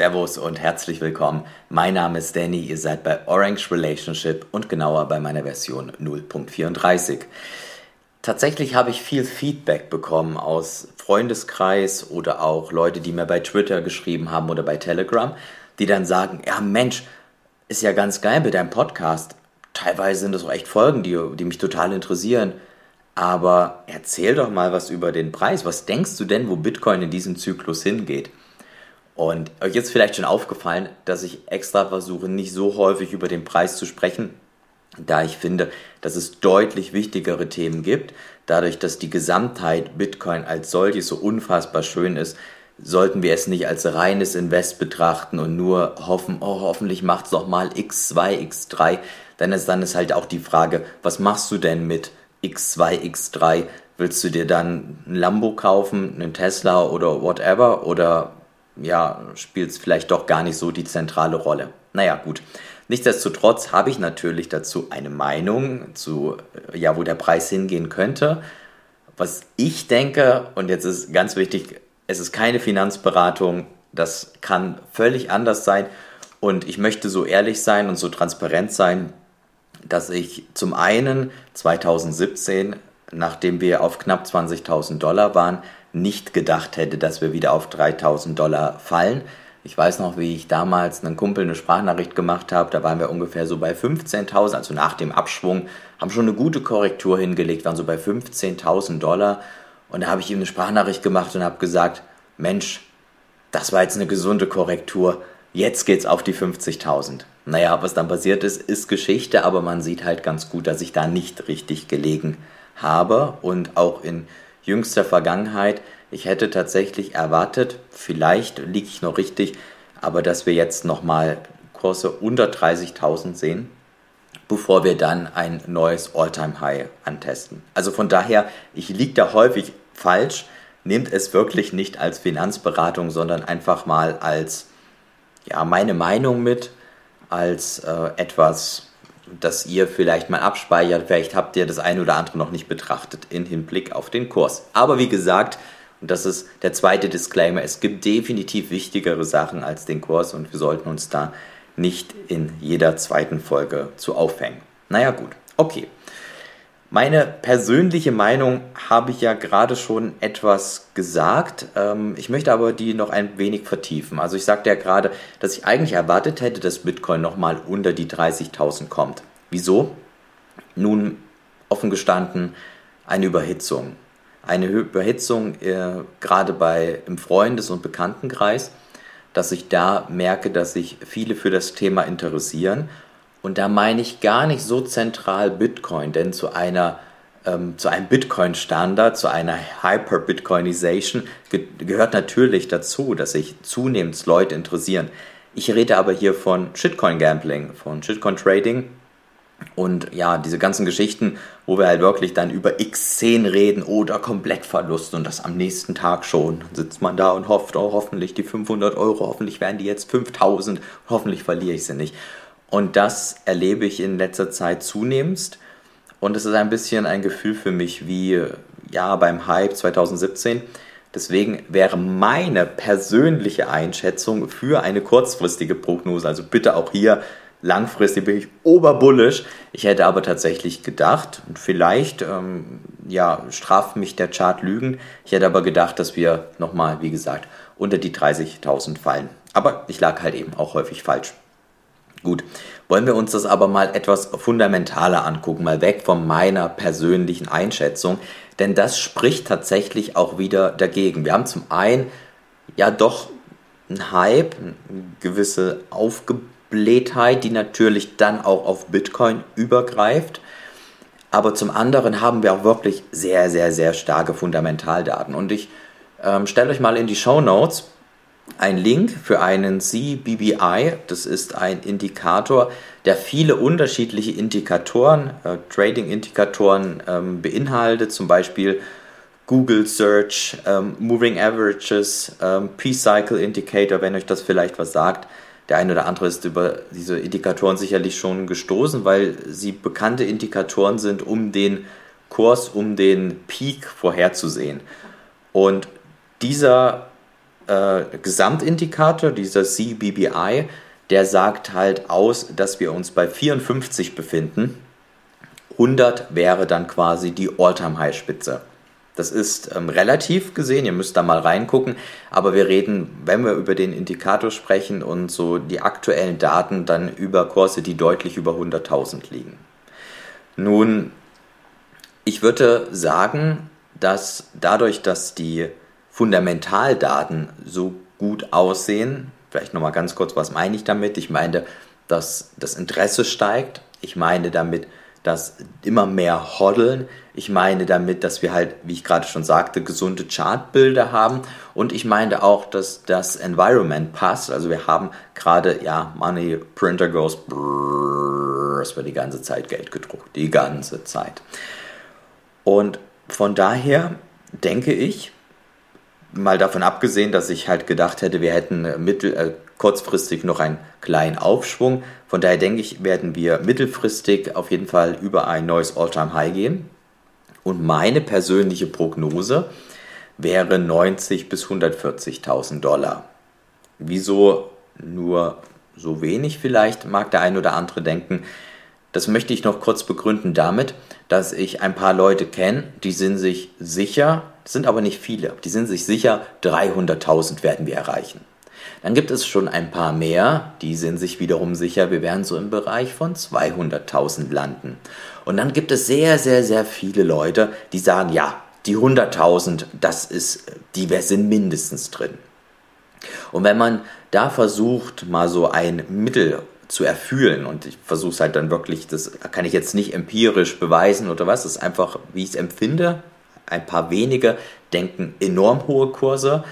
Servus und herzlich willkommen. Mein Name ist Danny, ihr seid bei Orange Relationship und genauer bei meiner Version 0.34. Tatsächlich habe ich viel Feedback bekommen aus Freundeskreis oder auch Leute, die mir bei Twitter geschrieben haben oder bei Telegram, die dann sagen, ja Mensch, ist ja ganz geil mit deinem Podcast. Teilweise sind das auch echt Folgen, die mich total interessieren. Aber erzähl doch mal was über den Preis. Was denkst du denn, wo Bitcoin in diesem Zyklus hingeht? Und euch ist vielleicht schon aufgefallen, dass ich extra versuche, nicht so häufig über den Preis zu sprechen, da ich finde, dass es deutlich wichtigere Themen gibt. Dadurch, dass die Gesamtheit Bitcoin als solches so unfassbar schön ist, sollten wir es nicht als reines Invest betrachten und nur hoffen, oh, hoffentlich macht es doch mal X2, X3. Dann ist halt auch die Frage, was machst du denn mit X2, X3? Willst du dir dann ein Lambo kaufen, einen Tesla oder whatever? Oder ja, spielt es vielleicht doch gar nicht so die zentrale Rolle. Naja, gut. Nichtsdestotrotz habe ich natürlich dazu eine Meinung zu, ja, wo der Preis hingehen könnte. Was ich denke, und jetzt ist ganz wichtig, es ist keine Finanzberatung, das kann völlig anders sein. Und ich möchte so ehrlich sein und so transparent sein, dass ich zum einen 2017, nachdem wir auf knapp $20.000 waren, nicht gedacht hätte, dass wir wieder auf $3.000 fallen. Ich weiß noch, wie ich damals einem Kumpel eine Sprachnachricht gemacht habe, da waren wir ungefähr so bei 15.000, also nach dem Abschwung, haben schon eine gute Korrektur hingelegt, waren so bei $15.000 und da habe ich ihm eine Sprachnachricht gemacht und habe gesagt, Mensch, das war jetzt eine gesunde Korrektur, jetzt geht's auf die 50.000. Naja, was dann passiert ist, ist Geschichte, aber man sieht halt ganz gut, dass ich da nicht richtig gelegen habe und auch in jüngster Vergangenheit, ich hätte tatsächlich erwartet, vielleicht liege ich noch richtig, aber dass wir jetzt nochmal Kurse unter 30.000 sehen, bevor wir dann ein neues All-Time-High antesten. Also von daher, ich liege da häufig falsch, nehmt es wirklich nicht als Finanzberatung, sondern einfach mal als ja, meine Meinung mit, als etwas, das ihr vielleicht mal abspeichert. Vielleicht habt ihr das eine oder andere noch nicht betrachtet im Hinblick auf den Kurs. Aber wie gesagt, und das ist der zweite Disclaimer, es gibt definitiv wichtigere Sachen als den Kurs und wir sollten uns da nicht in jeder zweiten Folge zu aufhängen. Naja gut, okay. Meine persönliche Meinung habe ich ja gerade schon etwas gesagt. Ich möchte aber die noch ein wenig vertiefen. Also ich sagte ja gerade, dass ich eigentlich erwartet hätte, dass Bitcoin nochmal unter die 30.000 kommt. Wieso? Nun, offen gestanden, eine Überhitzung. Eine Überhitzung gerade im Freundes- und Bekanntenkreis, dass ich da merke, dass sich viele für das Thema interessieren. Und da meine ich gar nicht so zentral Bitcoin, denn zu einem Bitcoin-Standard, zu einer Hyper-Bitcoinization gehört natürlich dazu, dass sich zunehmend Leute interessieren. Ich rede aber hier von Shitcoin-Gambling, von Shitcoin-Trading und ja, diese ganzen Geschichten, wo wir halt wirklich dann über X10 reden oder Komplettverlust und das am nächsten Tag schon. Dann sitzt man da und hofft, oh, hoffentlich die 500 Euro, hoffentlich werden die jetzt 5.000, hoffentlich verliere ich sie nicht. Und das erlebe ich in letzter Zeit zunehmend. Und es ist ein bisschen ein Gefühl für mich wie ja, beim Hype 2017. Deswegen wäre meine persönliche Einschätzung für eine kurzfristige Prognose, also bitte auch hier langfristig bin ich oberbullisch. Ich hätte aber tatsächlich gedacht, und vielleicht straft mich der Chart Lügen, ich hätte aber gedacht, dass wir nochmal, wie gesagt, unter die 30.000 fallen. Aber ich lag halt eben auch häufig falsch. Gut, wollen wir uns das aber mal etwas fundamentaler angucken, mal weg von meiner persönlichen Einschätzung, denn das spricht tatsächlich auch wieder dagegen. Wir haben zum einen ja doch einen Hype, eine gewisse Aufgeblähtheit, die natürlich dann auch auf Bitcoin übergreift, aber zum anderen haben wir auch wirklich sehr, sehr, sehr starke Fundamentaldaten und ich stelle euch mal in die Shownotes ein Link für einen CBBI, das ist ein Indikator, der viele unterschiedliche Indikatoren, Trading-Indikatoren beinhaltet, zum Beispiel Google Search, Moving Averages, P-Cycle Indicator, wenn euch das vielleicht was sagt. Der eine oder andere ist über diese Indikatoren sicherlich schon gestoßen, weil sie bekannte Indikatoren sind, um den Kurs, um den Peak vorherzusehen. Und dieser Gesamtindikator, dieser CBBI, der sagt halt aus, dass wir uns bei 54 befinden. 100 wäre dann quasi die All-Time-High-Spitze. Das ist relativ gesehen, ihr müsst da mal reingucken, aber wir reden, wenn wir über den Indikator sprechen und so die aktuellen Daten, dann über Kurse, die deutlich über 100.000 liegen. Nun, ich würde sagen, dass dadurch, dass die Fundamentaldaten so gut aussehen, vielleicht nochmal ganz kurz, was meine ich damit? Ich meine, dass das Interesse steigt, ich meine damit, dass immer mehr hoddeln. Ich meine damit, dass wir halt, wie ich gerade schon sagte, gesunde Chartbilder haben. Und ich meine auch, dass das Environment passt. Also wir haben gerade, ja, Money Printer goes brrr, es wird die ganze Zeit Geld gedruckt. Die ganze Zeit. Und von daher denke ich, mal davon abgesehen, dass ich halt gedacht hätte, wir hätten kurzfristig noch einen kleinen Aufschwung. Von daher denke ich, werden wir mittelfristig auf jeden Fall über ein neues All-Time-High gehen. Und meine persönliche Prognose wäre 90.000 bis 140.000 Dollar. Wieso nur so wenig vielleicht, mag der ein oder andere denken. Das möchte ich noch kurz begründen damit, dass ich ein paar Leute kenne, die sind sich sicher, sind aber nicht viele, die sind sich sicher, 300.000 werden wir erreichen. Dann gibt es schon ein paar mehr, die sind sich wiederum sicher, wir werden so im Bereich von 200.000 landen. Und dann gibt es sehr, sehr, sehr viele Leute, die sagen, ja, die 100.000, die sind mindestens drin. Und wenn man da versucht, mal so ein Mittel zu erfühlen, und ich versuche es halt dann wirklich, das kann ich jetzt nicht empirisch beweisen oder was, das ist einfach, wie ich es empfinde. Ein paar wenige denken enorm hohe Kurse,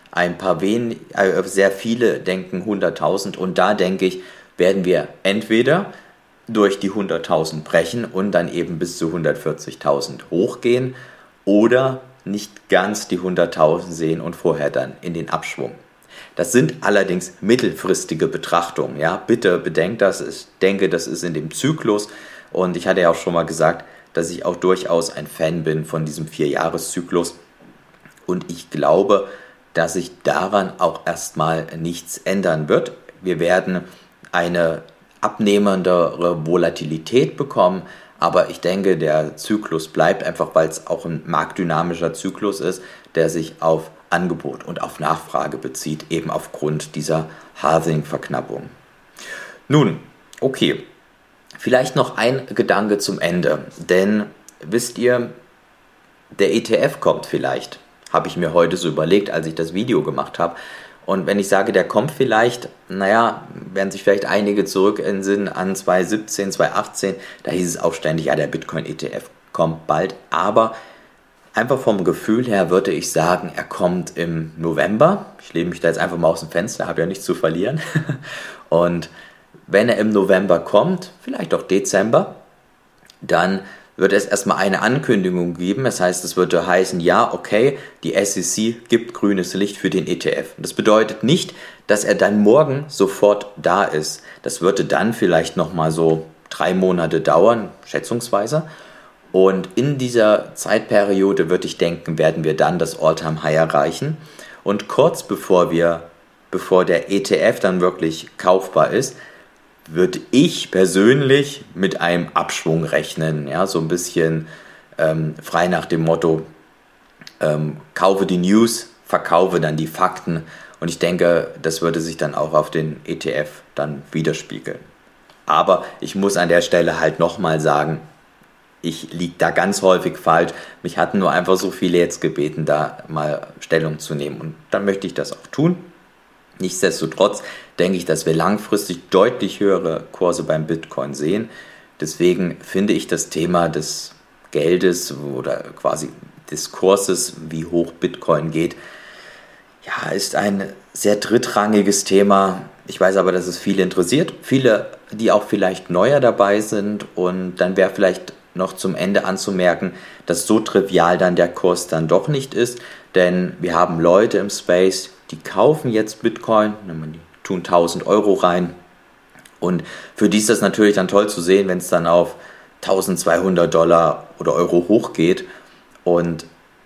sehr viele denken 100.000 und da denke ich, werden wir entweder durch die 100.000 brechen und dann eben bis zu 140.000 hochgehen oder nicht ganz die 100.000 sehen und vorher dann in den Abschwung. Das sind allerdings mittelfristige Betrachtungen. Ja? Bitte bedenkt das. Ich denke, das ist in dem Zyklus. Und ich hatte ja auch schon mal gesagt, dass ich auch durchaus ein Fan bin von diesem 4-Jahres-Zyklus. Und ich glaube, dass sich daran auch erstmal nichts ändern wird. Wir werden eine abnehmendere Volatilität bekommen. Aber ich denke, der Zyklus bleibt einfach, weil es auch ein marktdynamischer Zyklus ist, der sich auf Angebot und auf Nachfrage bezieht, eben aufgrund dieser Halving-Verknappung. Nun, okay, vielleicht noch ein Gedanke zum Ende, denn wisst ihr, der ETF kommt vielleicht, habe ich mir heute so überlegt, als ich das Video gemacht habe. Und wenn ich sage, der kommt vielleicht, werden sich vielleicht einige zurückentsinnen an 2017, 2018, da hieß es auch ständig, ja, der Bitcoin-ETF kommt bald, aber einfach vom Gefühl her würde ich sagen, er kommt im November. Ich lehne mich da jetzt einfach mal aus dem Fenster, habe ja nichts zu verlieren. Und wenn er im November kommt, vielleicht auch Dezember, dann wird es erstmal eine Ankündigung geben. Das heißt, es würde heißen, ja, okay, die SEC gibt grünes Licht für den ETF. Das bedeutet nicht, dass er dann morgen sofort da ist. Das würde dann vielleicht nochmal so 3 Monate dauern, schätzungsweise. Und in dieser Zeitperiode würde ich denken, werden wir dann das All-Time-High erreichen. Und kurz bevor der ETF dann wirklich kaufbar ist, würde ich persönlich mit einem Abschwung rechnen. Ja, so ein bisschen frei nach dem Motto, kaufe die News, verkaufe dann die Fakten. Und ich denke, das würde sich dann auch auf den ETF dann widerspiegeln. Aber ich muss an der Stelle halt nochmal sagen, ich liege da ganz häufig falsch. Mich hatten nur einfach so viele jetzt gebeten, da mal Stellung zu nehmen. Und dann möchte ich das auch tun. Nichtsdestotrotz denke ich, dass wir langfristig deutlich höhere Kurse beim Bitcoin sehen. Deswegen finde ich das Thema des Geldes oder quasi des Kurses, wie hoch Bitcoin geht, ja, ist ein sehr drittrangiges Thema. Ich weiß aber, dass es viele interessiert. Viele, die auch vielleicht neuer dabei sind. Und dann wäre vielleicht noch zum Ende anzumerken, dass so trivial dann der Kurs dann doch nicht ist, denn wir haben Leute im Space, die kaufen jetzt Bitcoin, die tun 1.000 Euro rein und für die ist das natürlich dann toll zu sehen, wenn es dann auf 1.200 Dollar oder Euro hochgeht und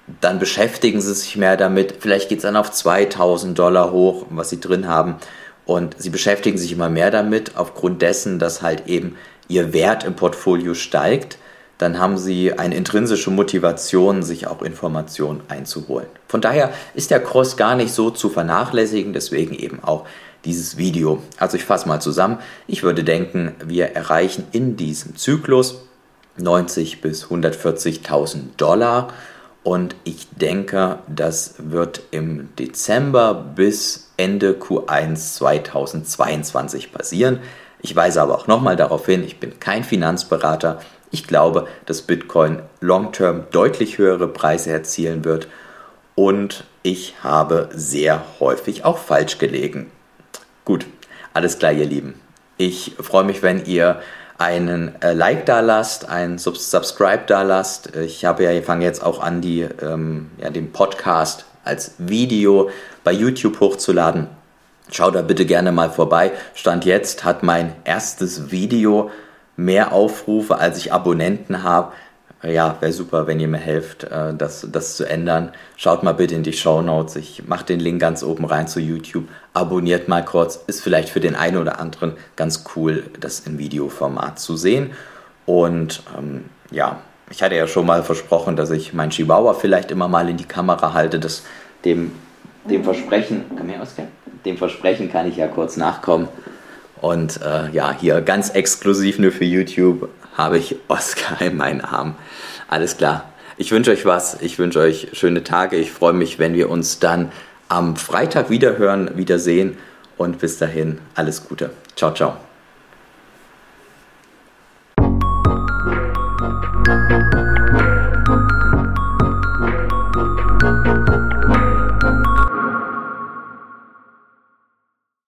dann beschäftigen sie sich mehr damit. Vielleicht geht es dann auf $2.000 hoch, was sie drin haben. Und sie beschäftigen sich immer mehr damit, aufgrund dessen, dass halt eben ihr Wert im Portfolio steigt. Dann haben sie eine intrinsische Motivation, sich auch Informationen einzuholen. Von daher ist der Kurs gar nicht so zu vernachlässigen, deswegen eben auch dieses Video. Also ich fasse mal zusammen. Ich würde denken, wir erreichen in diesem Zyklus 90.000 bis 140.000 $. Und ich denke, das wird im Dezember bis Ende Q1 2022 passieren. Ich weise aber auch nochmal darauf hin, ich bin kein Finanzberater. Ich glaube, dass Bitcoin long-term deutlich höhere Preise erzielen wird und ich habe sehr häufig auch falsch gelegen. Gut, alles klar, ihr Lieben. Ich freue mich, wenn ihr einen Like da lasst, ein Subscribe da lasst. Fange jetzt auch an, den Podcast als Video bei YouTube hochzuladen. Schaut da bitte gerne mal vorbei. Stand jetzt hat mein erstes Video mehr Aufrufe, als ich Abonnenten habe. Ja, wäre super, wenn ihr mir helft, das zu ändern. Schaut mal bitte in die Shownotes. Ich mache den Link ganz oben rein zu YouTube. Abonniert mal kurz. Ist vielleicht für den einen oder anderen ganz cool, das im Videoformat zu sehen. Und ich hatte ja schon mal versprochen, dass ich meinen Chihuahua vielleicht immer mal in die Kamera halte. Dem Versprechen, komm her, Oskar. Dem Versprechen kann ich ja kurz nachkommen. Und hier ganz exklusiv nur für YouTube habe ich Oskar in meinen Arm. Alles klar. Ich wünsche euch was. Ich wünsche euch schöne Tage. Ich freue mich, wenn wir uns dann am Freitag wiedersehen. Und bis dahin alles Gute. Ciao, ciao.